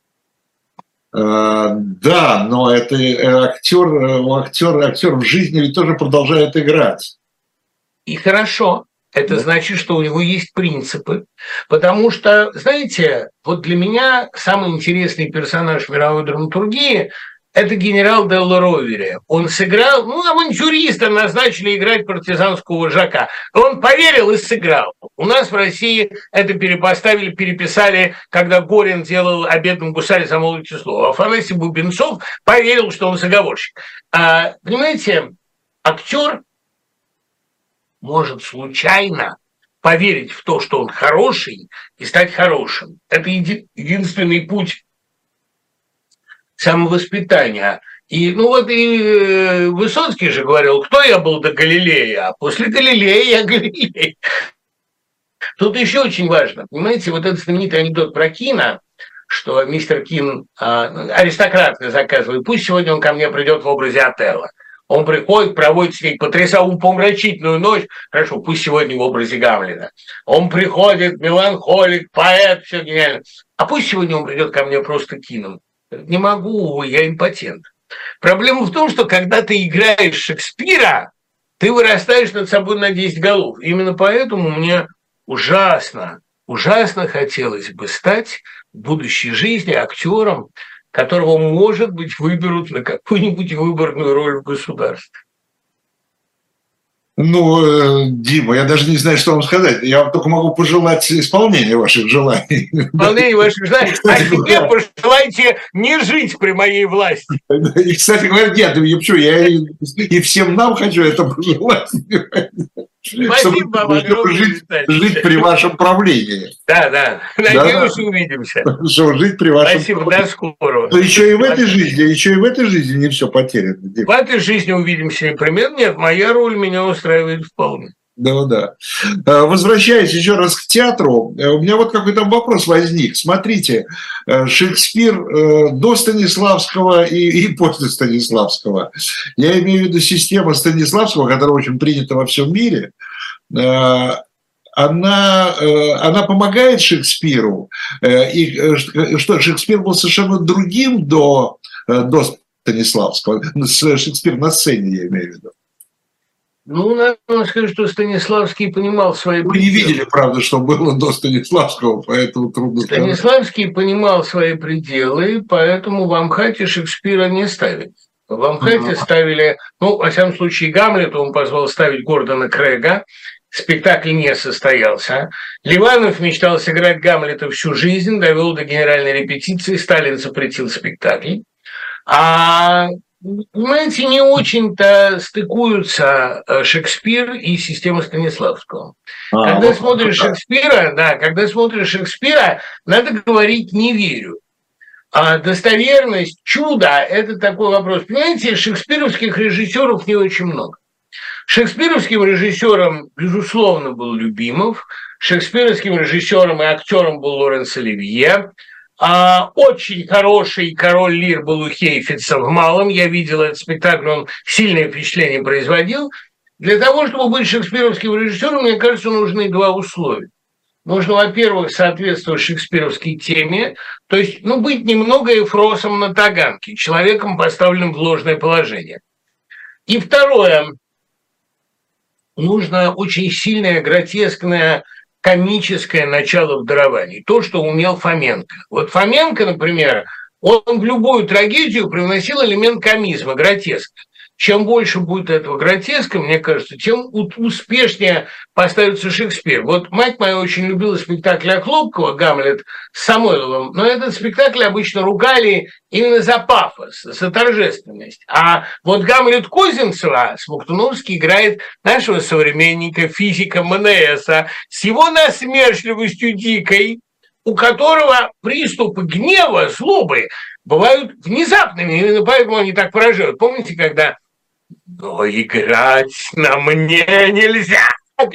Да, но это актер, актер, актер в жизни ведь тоже продолжает играть. И хорошо. Это значит, что у него есть принципы. Потому что, знаете, вот для меня самый интересный персонаж мировой драматургии – это генерал Делла Ровери. Он сыграл, ну, авантюриста назначили играть партизанского вожака. Он поверил и сыграл. У нас в России это перепоставили, переписали, когда Горин делал «О бедном гусаре замолвите слово». Афанасий Бубенцов поверил, что он заговорщик. А, понимаете, актер может случайно поверить в то, что он хороший, и стать хорошим. Это еди- единственный путь самовоспитания. И, ну вот и Высоцкий же говорил, кто я был до Галилея, а после Галилея я Галилей. Тут еще очень важно, понимаете, вот этот знаменитый анекдот про Кина, что мистер Кин, аристократ заказывает, пусть сегодня он ко мне придет в образе Отелло. Он приходит, проводит с ней потрясающую помрачительную ночь. Хорошо, пусть сегодня в образе Гамлета. Он приходит, меланхолик, поэт, все гениально. А пусть сегодня он придет ко мне просто Кином. Не могу, я импотент. Проблема в том, что когда ты играешь Шекспира, ты вырастаешь над собой на десять голов. Именно поэтому мне ужасно, ужасно хотелось бы стать в будущей жизни актером, которого, может быть, выберут на какую-нибудь выборную роль в государстве. Ну, Дима, я даже не знаю, что вам сказать. Я вам только могу пожелать исполнения ваших желаний. Исполнения ваших желаний. А себе пожелайте не жить при моей власти. И, кстати говоря, нет, я и всем нам хочу это пожелать. Спасибо вам огромное, жить, жить при вашем правлении. Да, да. Надеюсь, да, увидимся. Что жить при вашем Спасибо, правлении. до скорого. Но еще и в этой жизни, еще и в этой жизни не все потеряно. В этой жизни увидимся, например. Нет, моя роль меня устраивает вполне. Да, да. Возвращаясь еще раз к театру, у меня вот какой-то вопрос возник. Смотрите, Шекспир до Станиславского и, и после Станиславского. Я имею в виду систему Станиславского, которая очень принята во всем мире. Она, она помогает Шекспиру. И что, Шекспир был совершенно другим до, до Станиславского. Шекспир на сцене, я имею в виду. Ну, надо сказать, что Станиславский понимал свои пределы. Вы не видели, правда, что было до Станиславского, поэтому трудно сказать. Станиславский понимал свои пределы, поэтому в Амхате Шекспира не ставили. В Амхате uh-huh. ставили, ну, во всяком случае, Гамлета он позвал ставить Гордона Крэга. Спектакль не состоялся. Ливанов мечтал сыграть Гамлета всю жизнь, довел до генеральной репетиции, Сталин запретил спектакль. А... Понимаете, не очень-то стыкуются Шекспир и система Станиславского. А, когда вот смотришь вот Шекспира, да, когда смотришь Шекспира, надо говорить «не верю». А достоверность, чудо – это такой вопрос. Понимаете, шекспировских режиссеров не очень много. Шекспировским режиссером, безусловно, был Любимов, шекспировским режиссером и актером был Лоренс Оливье. А, очень хороший король Лир был у Хейфица в Малом. Я видел этот спектакль, он сильное впечатление производил. Для того, чтобы быть шекспировским режиссером, мне кажется, нужны два условия. Нужно, во-первых, соответствовать шекспировской теме, то есть, ну, быть немного Эфросом на Таганке, человеком, поставленным в ложное положение. И второе, нужно очень сильное, гротескное, комическое начало в даровании, то, что умел Фоменко. Вот Фоменко, например, он в любую трагедию привносил элемент комизма, гротеска. Чем больше будет этого гротеска, мне кажется, тем успешнее поставится Шекспир. Вот мать моя очень любила спектакль Охлопкова «Гамлет» с Самойловым, но этот спектакль обычно ругали именно за пафос, за торжественность. А вот Гамлет Козинцева Смоктуновский играет нашего современника, физика Манеэса, с его насмешливостью дикой, у которого приступы гнева, злобы бывают внезапными, именно поэтому они так поражают. Помните, когда «но играть на мне нельзя»?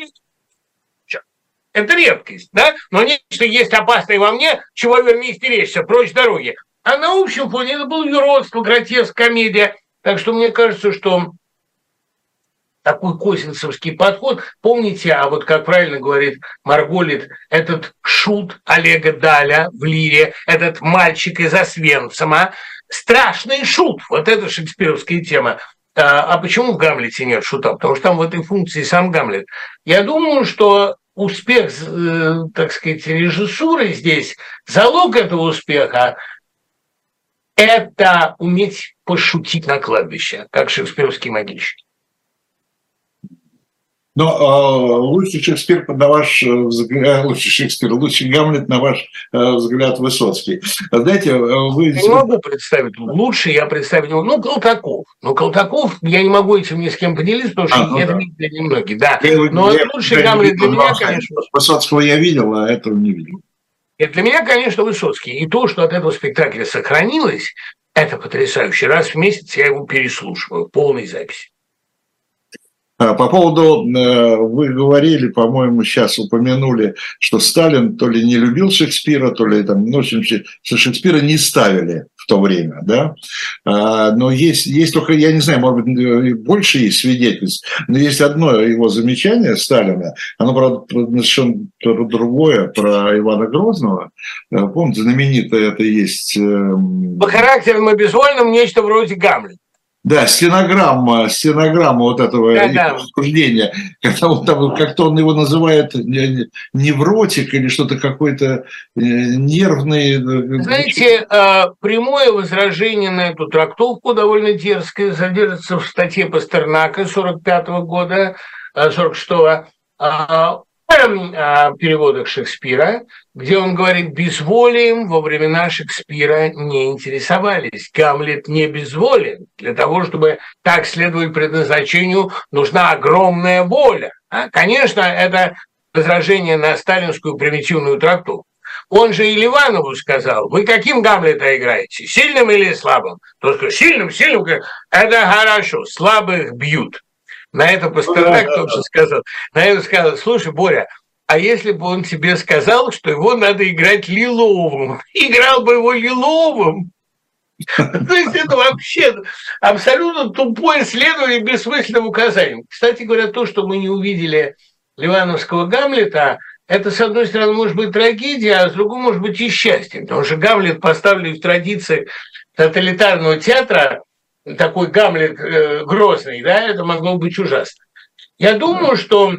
Это редкость, да? Но нечто есть опасное во мне, чего вернее стеречься, прочь дороги. А на общем фоне это было юродство, гротеск, комедия. Так что мне кажется, что такой козинцевский подход, помните, а вот как правильно говорит Марголит, этот шут Олега Даля в Лире, этот мальчик из Освенцима, страшный шут, вот это шекспировская тема. А, а почему в Гамлете нет шута? Потому что там в этой функции сам Гамлет. Я думаю, что успех, э, так сказать, режиссуры здесь, залог этого успеха – это уметь пошутить на кладбище, как шекспировские могильщики. Но э, лучший Шекспир, на ваш взгляд, лучший Шекспир, лучший Гамлет, на ваш э, взгляд, Высоцкий. Знаете, вы... Я не могу представить лучше, я представить не могу. Ну, Колтаков. Ну, Колтаков, я не могу этим ни с кем поделиться, потому что а, ну, это да. видели немногие. Да. Я, Но я, лучший Гамлет для меня, конечно... Высоцкого я видел, а этого не видел. Это для меня, конечно, Высоцкий. И то, что от этого спектакля сохранилось, это потрясающе. Раз в месяц я его переслушиваю в полной записи. По поводу, вы говорили, по-моему, сейчас упомянули, что Сталин то ли не любил Шекспира, то ли там, ну, в общем, Шекспира не ставили в то время, да, но есть, есть только, я не знаю, может быть, больше есть свидетельств, но есть одно его замечание Сталина, оно, правда, совершенно другое, про Ивана Грозного, помните, знаменитое это есть... По характерам и безвольным нечто вроде Гамлета. Да, стенограмма, стенограмма вот этого да, да. обсуждения, когда он там, как-то он его называет невротик или что-то какой-то нервный. Знаете, прямое возражение на эту трактовку довольно дерзкое содержится в статье Пастернака сорок пятого года, сорок шестого, о переводах Шекспира, где он говорит, безволием во времена Шекспира не интересовались. Гамлет не безволен. Для того, чтобы так следовать предназначению, нужна огромная воля. А, конечно, это возражение на сталинскую примитивную трактовку. Он же и Ливанову сказал, вы каким Гамлета играете, сильным или слабым? Тот сказал, сильным, сильным. Это хорошо, слабых бьют. На это Пастернак тоже сказал. На это сказал, слушай, Боря, а если бы он тебе сказал, что его надо играть лиловым, играл бы его лиловым? То есть это вообще абсолютно тупое следование бессмысленным указаниям. Кстати говоря, то, что мы не увидели ливановского Гамлета, это, с одной стороны, может быть трагедия, а с другой, может быть, и счастье. Потому что Гамлет, поставленный в традиции тоталитарного театра, такой Гамлет э, грозный, да, это могло быть ужасно. Я думаю, что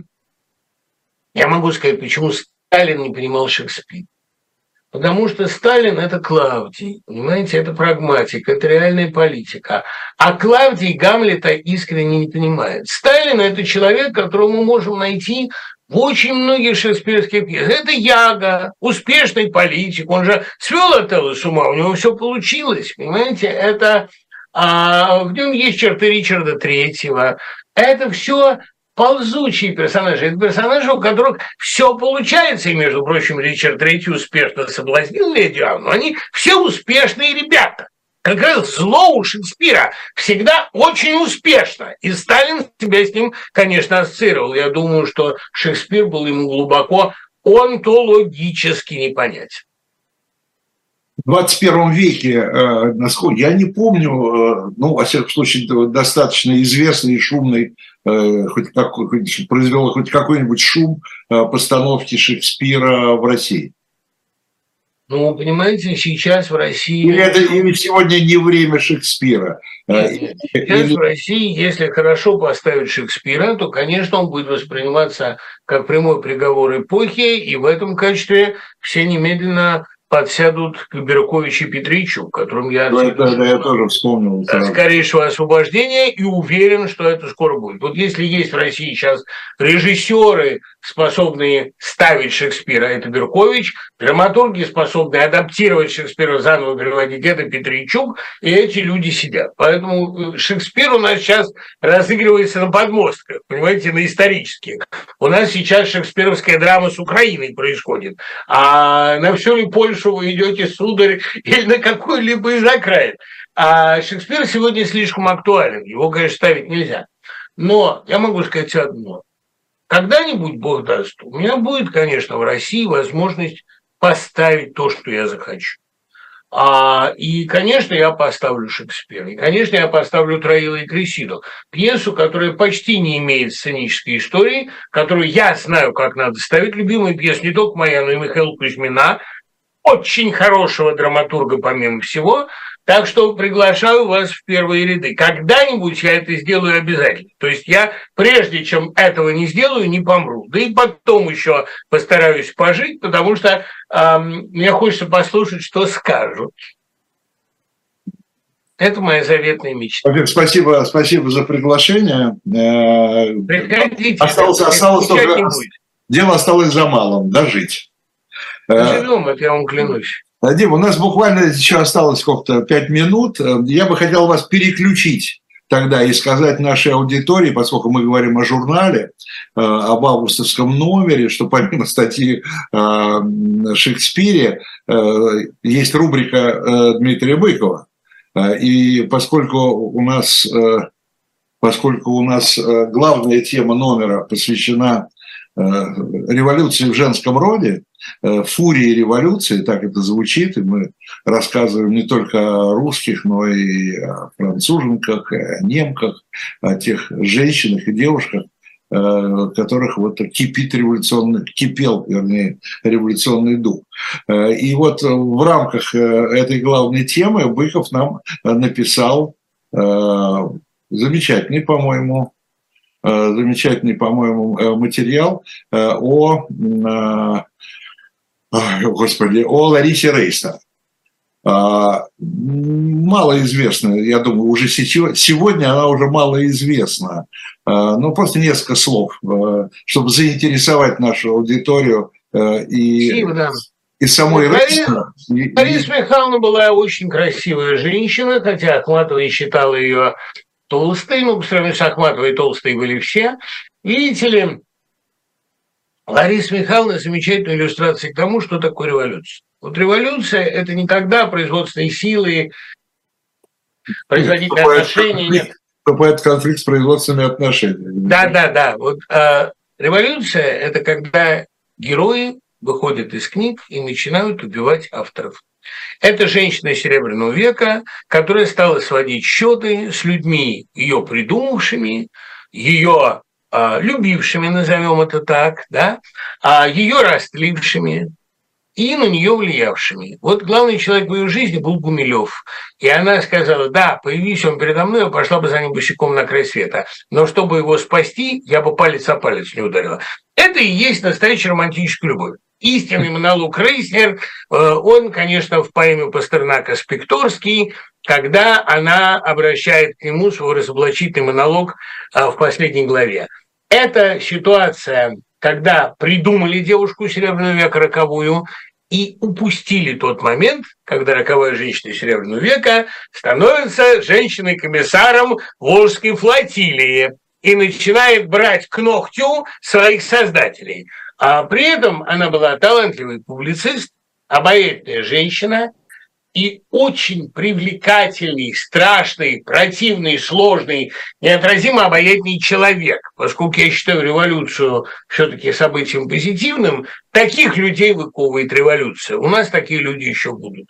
я могу сказать, почему Сталин не понимал Шекспира. Потому что Сталин – это Клавдий, понимаете, это прагматик, это реальная политика. А Клавдий Гамлета искренне не понимает. Сталин – это человек, которого мы можем найти в очень многих шекспировских пьесах. Это Яга, успешный политик, он же свел Отелло с ума, у него все получилось, понимаете, это... А в нем есть черты Ричарда Третьего. Это все ползучие персонажи. Это персонажи, у которых все получается. И, между прочим, Ричард Третий успешно соблазнил леди Анну. Они все успешные ребята. Как раз зло у Шекспира всегда очень успешно. И Сталин себя с ним, конечно, ассоциировал. Я думаю, что Шекспир был ему глубоко онтологически непонятен. В двадцать первом веке, насколько я не помню, ну, во всяком случае, достаточно известный и шумный, хоть, какой, хоть произвел хоть какой-нибудь шум постановки Шекспира в России. Ну, понимаете, сейчас в России... Или, это, или сегодня не время Шекспира? Нет, сейчас или... в России, если хорошо поставить Шекспира, то, конечно, он будет восприниматься как прямой приговор эпохи, и в этом качестве все немедленно... подсядут к Беркович и Петричу, которым я... Да, да, да, я тоже вспомнил. Да. Скорейшего освобождения и уверен, что это скоро будет. Вот если есть в России сейчас режиссеры, способные ставить Шекспира, это Беркович, драматурги, способные адаптировать Шекспира, заново переводить, это Петричук, и эти люди сидят. Поэтому Шекспир у нас сейчас разыгрывается на подмостках, понимаете, на исторических. У нас сейчас шекспировская драма с Украиной происходит, а на всю ли Польшу вы идете, сударь, или на какой-либо из окраин. А Шекспир сегодня слишком актуален, его, конечно, ставить нельзя. Но я могу сказать одно. Когда-нибудь, Бог даст, у меня будет, конечно, в России возможность поставить то, что я захочу. А, и, конечно, я поставлю Шекспира. И, конечно, я поставлю Троила и Кресиду. Пьесу, которая почти не имеет сценической истории, которую я знаю, как надо ставить. Любимая пьеса не только моя, но и Михаила Кузьмина. очень хорошего драматурга, помимо всего. Так что приглашаю вас в первые ряды. Когда-нибудь я это сделаю обязательно. То есть я, прежде чем этого не сделаю, не помру. Да и потом еще постараюсь пожить, потому что э, мне хочется послушать, что скажут. Это моя заветная мечта. Во-первых, спасибо, спасибо за приглашение. Приходите. Осталось, осталось только... Дело осталось за малым – дожить. Живем, это я вам клянусь. Дим, у нас буквально еще осталось сколько-то пять минут. Я бы хотел вас переключить тогда и сказать нашей аудитории, поскольку мы говорим о журнале, об августовском номере, что помимо статьи о Шекспире есть рубрика Дмитрия Быкова. И поскольку у нас, поскольку у нас главная тема номера посвящена революции в женском роде, фурии революции, так это звучит, и мы рассказываем не только о русских, но и о француженках, и о немках, о тех женщинах и девушках, которых вот кипит революционный, кипел, вернее, революционный дух. И вот в рамках этой главной темы Быков нам написал замечательный, по-моему, замечательный, по-моему, материал о, господи, о Ларисе Рейстер. Малоизвестна, я думаю, уже сегодня она уже малоизвестна. Ну, просто несколько слов, чтобы заинтересовать нашу аудиторию и, Спасибо, да. и самой Рейстер. Лариса Михайловна была очень красивая женщина, хотя Ахматова и считала ее толстые, ну, по сравнению с Ахматовой толстые были все. Видите ли, Лариса Михайловна замечательная иллюстрация к тому, что такое революция. Вот революция – это не когда производственные силы, производительные отношения. Нет. Вступает в конфликт с производственными отношениями. Да, да, да. Вот, а, революция – это когда герои выходят из книг и начинают убивать авторов. Это женщина Серебряного века, которая стала сводить счеты с людьми, ее придумавшими, ее а, любившими, назовем это так, да, а ее растлившими и на нее влиявшими. Вот главный человек в ее жизни был Гумилев. И она сказала: да, появись он передо мной, я пошла бы за ним босиком на край света. Но чтобы его спасти, я бы палец о палец не ударила. Это и есть настоящая романтическая любовь. Истинный монолог Рейснер, он, конечно, в поэме Пастернака «Спекторский», когда она обращает к нему свой разоблачительный монолог в последней главе. Это ситуация, когда придумали девушку Серебряного века роковую и упустили тот момент, когда роковая женщина Серебряного века становится женщиной-комиссаром Волжской флотилии и начинает брать к ногтю своих создателей. А при этом она была талантливый публицист, обаятельная женщина и очень привлекательный, страшный, противный, сложный, неотразимо обаятельный человек. Поскольку я считаю революцию все-таки событием позитивным, таких людей выковывает революция. У нас такие люди еще будут.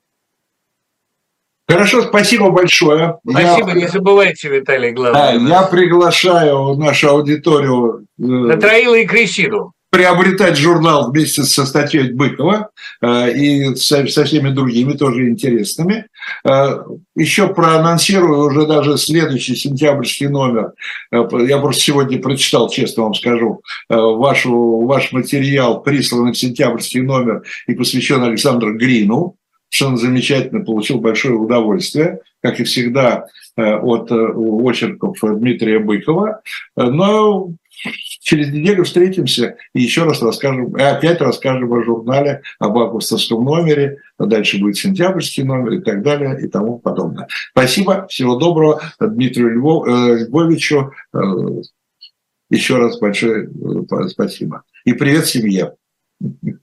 Хорошо, спасибо большое. Спасибо, я... не забывайте, Виталий, главное. Да, я приглашаю нашу аудиторию на Троила и Кресиду приобретать журнал вместе со статьей Быкова э, и со, со всеми другими тоже интересными. Э, еще проанонсирую уже даже следующий сентябрьский номер. Э, я просто сегодня прочитал, честно вам скажу, э, вашу, ваш материал, присланный в сентябрьский номер и посвящен Александру Грину. Совершенно замечательно, получил большое удовольствие, как и всегда, э, от э, очерков Дмитрия Быкова. Но через неделю встретимся и еще раз расскажем, и опять расскажем о журнале, об августовском номере, а дальше будет сентябрьский номер и так далее и тому подобное. Спасибо, всего доброго Дмитрию Львов, э, Львовичу. Э, еще раз большое э, спасибо. И привет семье.